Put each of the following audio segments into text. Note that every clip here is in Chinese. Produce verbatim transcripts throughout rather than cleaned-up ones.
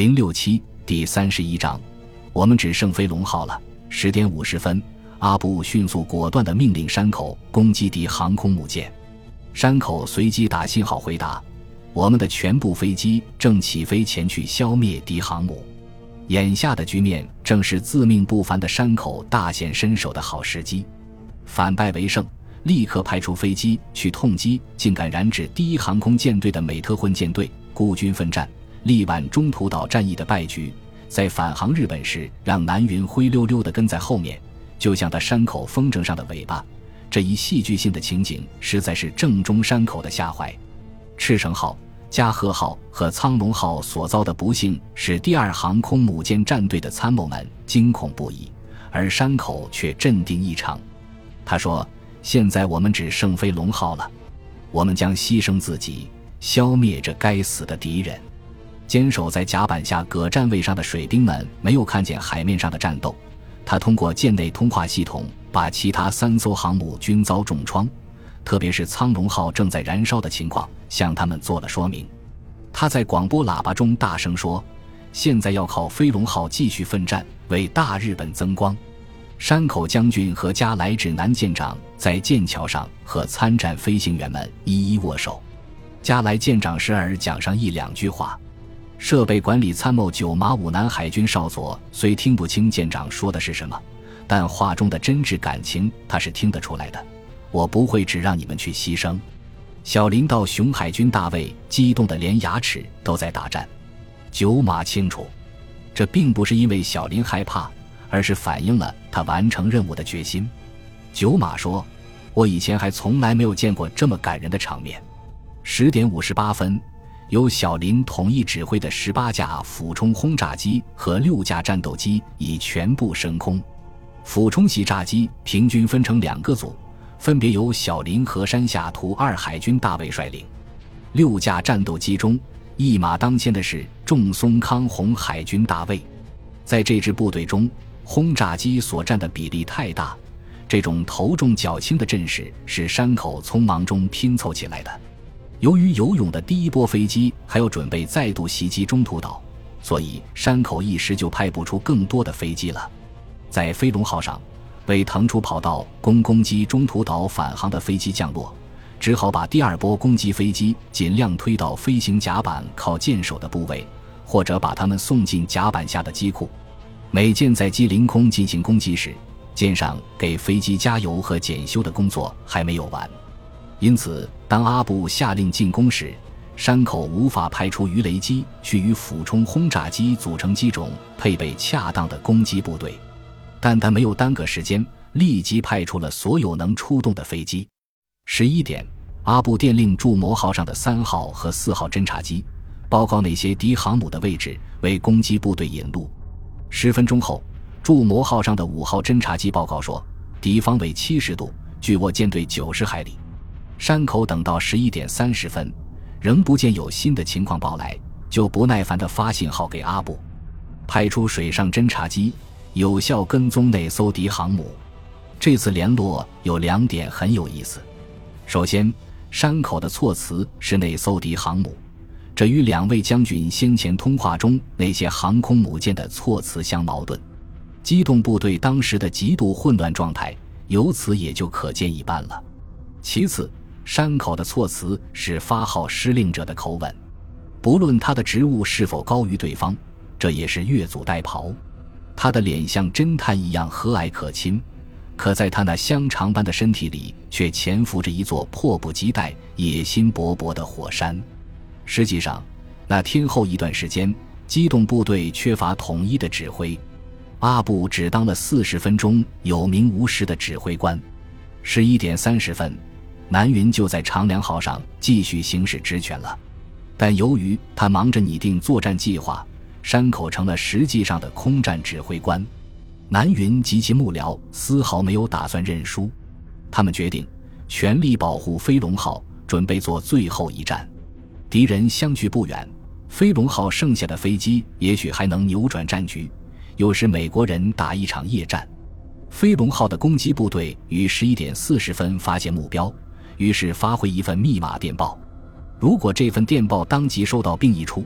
零六七第三十一章，我们只剩飞龙号了。十点五十分，阿布迅速果断地命令山口攻击敌航空母舰。山口随即打信号回答：我们的全部飞机正起飞前去消灭敌航母。眼下的局面正是自命不凡的山口大显身手的好时机。反败为胜，立刻派出飞机去痛击竟敢染指第一航空舰队的美特混舰队，孤军奋战，力挽中途岛战役的败局。在返航日本时，让南云灰溜溜地跟在后面，就像他山口风筝上的尾巴。这一戏剧性的情景实在是正中山口的下怀。赤城号、加贺号和苍龙号所遭的不幸使第二航空母舰战队的参谋们惊恐不已，而山口却镇定异常。他说：现在我们只剩飞龙号了，我们将牺牲自己，消灭这该死的敌人。坚守在甲板下各站位上的水兵们没有看见海面上的战斗，他通过舰内通话系统把其他三艘航母均遭重创，特别是苍龙号正在燃烧的情况向他们做了说明。他在广播喇叭中大声说：现在要靠飞龙号继续奋战，为大日本增光。山口将军和加来指南舰长在舰桥上和参战飞行员们一一握手。加来舰长时而讲上一两句话，设备管理参谋九马武南海军少佐虽听不清舰长说的是什么，但话中的真挚感情他是听得出来的。我不会只让你们去牺牲。小林道雄海军大尉激动得连牙齿都在打颤。九马清楚，这并不是因为小林害怕，而是反映了他完成任务的决心。九马说：我以前还从来没有见过这么感人的场面。十点五十八分，由小林统一指挥的十八架俯冲轰炸机和六架战斗机已全部升空。俯冲系炸机平均分成两个组，分别由小林和山下图二海军大尉率领。六架战斗机中，一马当先的是重松康弘海军大尉。在这支部队中，轰炸机所占的比例太大，这种头重脚轻的阵势是山口匆忙中拼凑起来的。由于游泳的第一波飞机还要准备再度袭击中途岛，所以山口一时就派不出更多的飞机了。在飞龙号上，为腾出跑道供攻击中途岛返航的飞机降落，只好把第二波攻击飞机尽量推到飞行甲板靠舰首的部位，或者把它们送进甲板下的机库。每舰载机凌空进行攻击时，舰上给飞机加油和检修的工作还没有完。因此当阿布下令进攻时，山口无法派出鱼雷机去与俯冲轰炸机组成机种配备恰当的攻击部队，但他没有耽搁时间，立即派出了所有能出动的飞机。十一点，阿布电令驻摩号上的三号和四号侦察机报告那些敌航母的位置，为攻击部队引路。十分钟后，驻摩号上的五号侦察机报告说，敌方纬七十度，距我舰队九十海里。山口等到十一点三十分，仍不见有新的情况报来，就不耐烦地发信号给阿布，派出水上侦察机有效跟踪那艘敌航母。这次联络有两点很有意思。首先，山口的措辞是那艘敌航母，这与两位将军先前通话中那些航空母舰的措辞相矛盾。机动部队当时的极度混乱状态，由此也就可见一斑了。其次，山口的措辞是发号施令者的口吻，不论他的职务是否高于对方，这也是越俎代庖。他的脸像侦探一样和蔼可亲，可在他那香肠般的身体里却潜伏着一座迫不及待、野心勃勃的火山。实际上，那天后一段时间，机动部队缺乏统一的指挥，阿布只当了四十分钟有名无实的指挥官。十一点三十分，南云就在长良号上继续行使职权了，但由于他忙着拟定作战计划，山口成了实际上的空战指挥官。南云及其幕僚丝毫没有打算认输，他们决定全力保护飞龙号，准备做最后一战。敌人相距不远，飞龙号剩下的飞机也许还能扭转战局，又使美国人打一场夜战。飞龙号的攻击部队于十一点四十分发现目标，于是发回一份密码电报。如果这份电报当即收到并译出，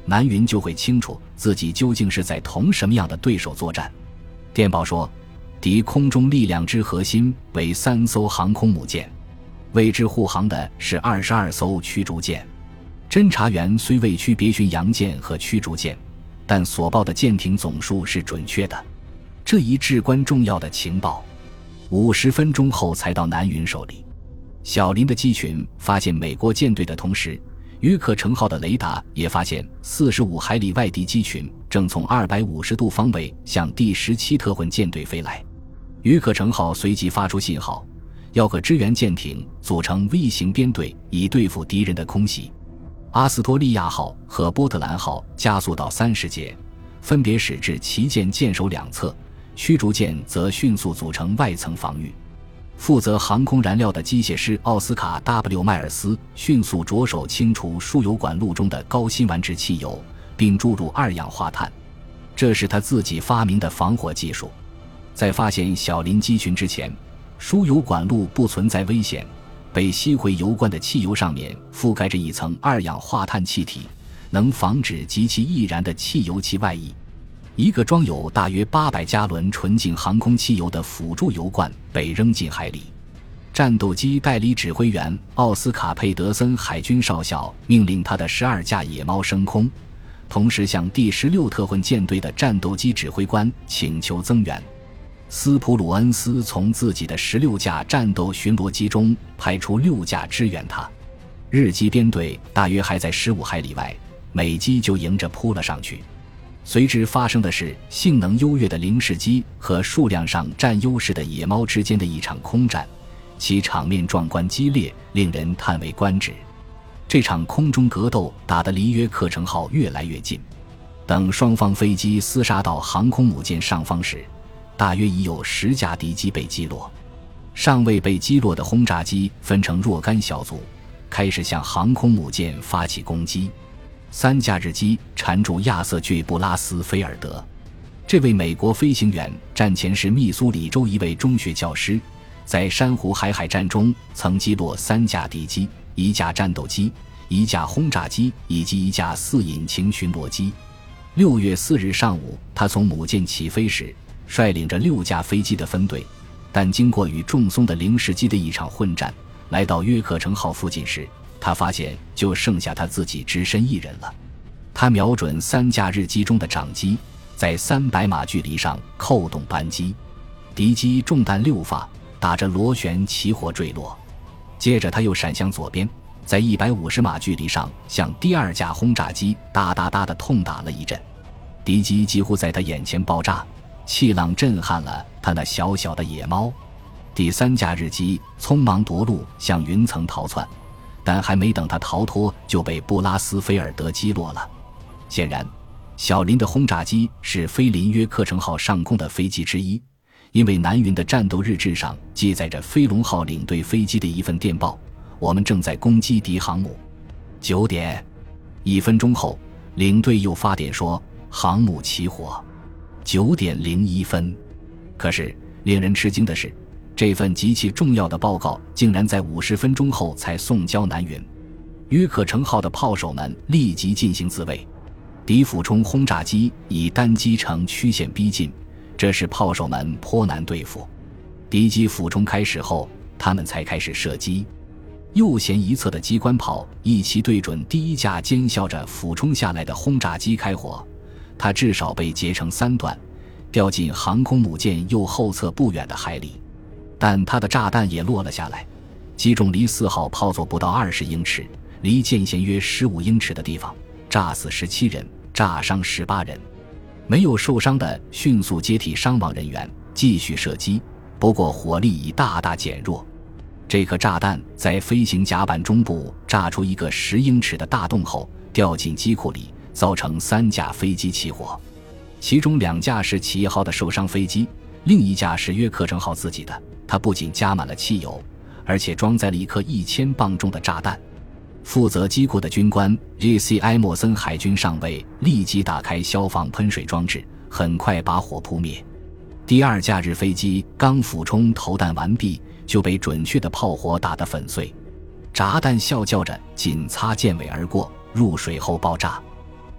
南云就会清楚自己究竟是在同什么样的对手作战。电报说，敌空中力量之核心为三艘航空母舰，为之护航的是二十二艘驱逐舰。侦察员虽未区别巡洋舰和驱逐舰，但所报的舰艇总数是准确的，这一至关重要的情报五十分钟后才到南云手里。小林的机群发现美国舰队的同时，约克城号的雷达也发现四十五海里外敌机群正从二百五十度方位向第十七特混舰队飞来。约克城号随即发出信号，要可支援舰艇组成 V 型编队，以对付敌人的空袭。阿斯托利亚号和波特兰号加速到三十节，分别驶至旗舰舰首两侧，驱逐舰则迅速组成外层防御。负责航空燃料的机械师奥斯卡 ·W 迈尔斯迅速着手清除输油管路中的高辛烷质汽油，并注入二氧化碳，这是他自己发明的防火技术。在发现小林机群之前，输油管路不存在危险，被吸回油罐的汽油上面覆盖着一层二氧化碳气体，能防止极其易燃的汽油气外溢。一个装有大约八百加仑纯净航空汽油的辅助油罐被扔进海里。战斗机代理指挥员奥斯卡·佩德森海军少校命令他的十二架野猫升空，同时向第十六特混舰队的战斗机指挥官请求增援。斯普鲁恩斯从自己的十六架战斗巡逻机中派出六架支援他。日机编队大约还在十五海里外，美机就迎着扑了上去。随之发生的是性能优越的零式机和数量上占优势的野猫之间的一场空战，其场面壮观激烈，令人叹为观止。这场空中格斗打得离约克城号越来越近，等双方飞机厮杀到航空母舰上方时，大约已有十架敌机被击落。尚未被击落的轰炸机分成若干小组，开始向航空母舰发起攻击。三架日机缠住亚瑟·巨布拉斯菲尔德，这位美国飞行员战前是密苏里州一位中学教师，在珊瑚海海战中曾击落三架敌机、一架战斗机、一架轰炸机以及一架四引擎巡逻机。六月四日上午，他从母舰起飞时率领着六架飞机的分队，但经过与重松的零式机的一场混战，来到约克城号附近时，他发现就剩下他自己只身一人了。他瞄准三架日机中的长机，在三百码距离上扣动扳机，敌机中弹六发，打着螺旋起火坠落。接着他又闪向左边，在一百五十码距离上向第二架轰炸机哒哒哒地痛打了一阵，敌机几乎在他眼前爆炸，气浪震撼了他那小小的野猫。第三架日机匆忙夺路向云层逃窜，但还没等他逃脱，就被布拉斯菲尔德击落了。显然，小林的轰炸机是飞临约克城号上空的飞机之一，因为南云的战斗日志上记载着飞龙号领队飞机的一份电报：我们正在攻击敌航母。九点一分钟后，领队又发电说航母起火。九点零一分，可是令人吃惊的是，这份极其重要的报告竟然在五十分钟后才送交南云。约克城号的炮手们立即进行自卫，敌俯冲轰炸机以单机呈曲线逼近，这使炮手们颇难对付。敌机俯冲开始后，他们才开始射击。右舷一侧的机关炮一齐对准第一架尖笑着俯冲下来的轰炸机开火，它至少被截成三段，掉进航空母舰右后侧不远的海里。但它的炸弹也落了下来，击中离四号炮座不到二十英尺，离舰舷约十五英尺的地方，炸死十七人，炸伤十八人。没有受伤的迅速接替伤亡人员，继续射击，不过火力已大大减弱。这颗炸弹在飞行甲板中部炸出一个十英尺的大洞后，掉进机库里，造成三架飞机起火。其中两架是起义号的受伤飞机，另一架是约克城号自己的，它不仅加满了汽油，而且装载了一颗一千磅重的炸弹。负责机库的军官 J C 埃默森海军上尉立即打开消防喷水装置，很快把火扑灭。第二架日飞机刚俯冲投弹完毕，就被准确的炮火打得粉碎，炸弹啸叫着紧擦舰尾而过，入水后爆炸。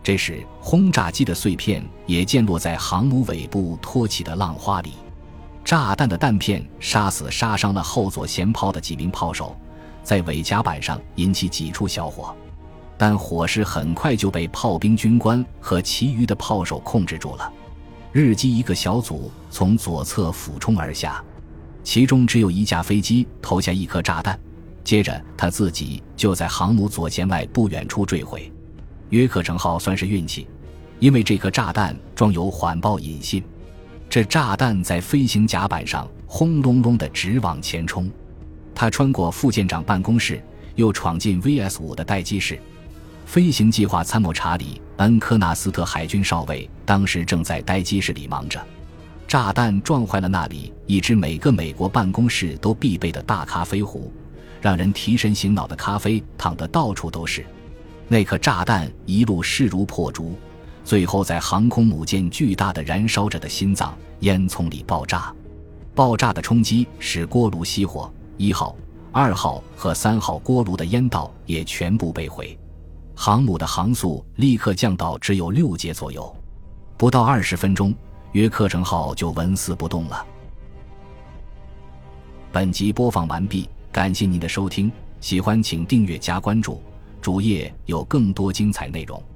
这时轰炸机的碎片也溅落在航母尾部托起的浪花里。炸弹的弹片杀死杀伤了后左舷炮的几名炮手，在尾甲板上引起几处小火，但火势很快就被炮兵军官和其余的炮手控制住了。日机一个小组从左侧俯冲而下，其中只有一架飞机投下一颗炸弹，接着他自己就在航母左舷外不远处坠毁。约克城号算是运气，因为这颗炸弹装有缓爆引信，这炸弹在飞行甲板上轰隆隆地直往前冲，他穿过副舰长办公室，又闯进 V S 五 的待机室。飞行计划参谋查理·恩科纳斯特海军少尉当时正在待机室里忙着。炸弹撞坏了那里一只每个美国办公室都必备的大咖啡壶，让人提神醒脑的咖啡淌得到处都是。那颗炸弹一路势如破竹，最后在航空母舰巨大的燃烧着的心脏烟囱里爆炸。爆炸的冲击使锅炉熄火，一号、二号和三号锅炉的烟道也全部被毁。航母的航速立刻降到只有六节左右，不到二十分钟，约克城号就纹丝不动了。本集播放完毕，感谢您的收听，喜欢请订阅加关注，主页有更多精彩内容。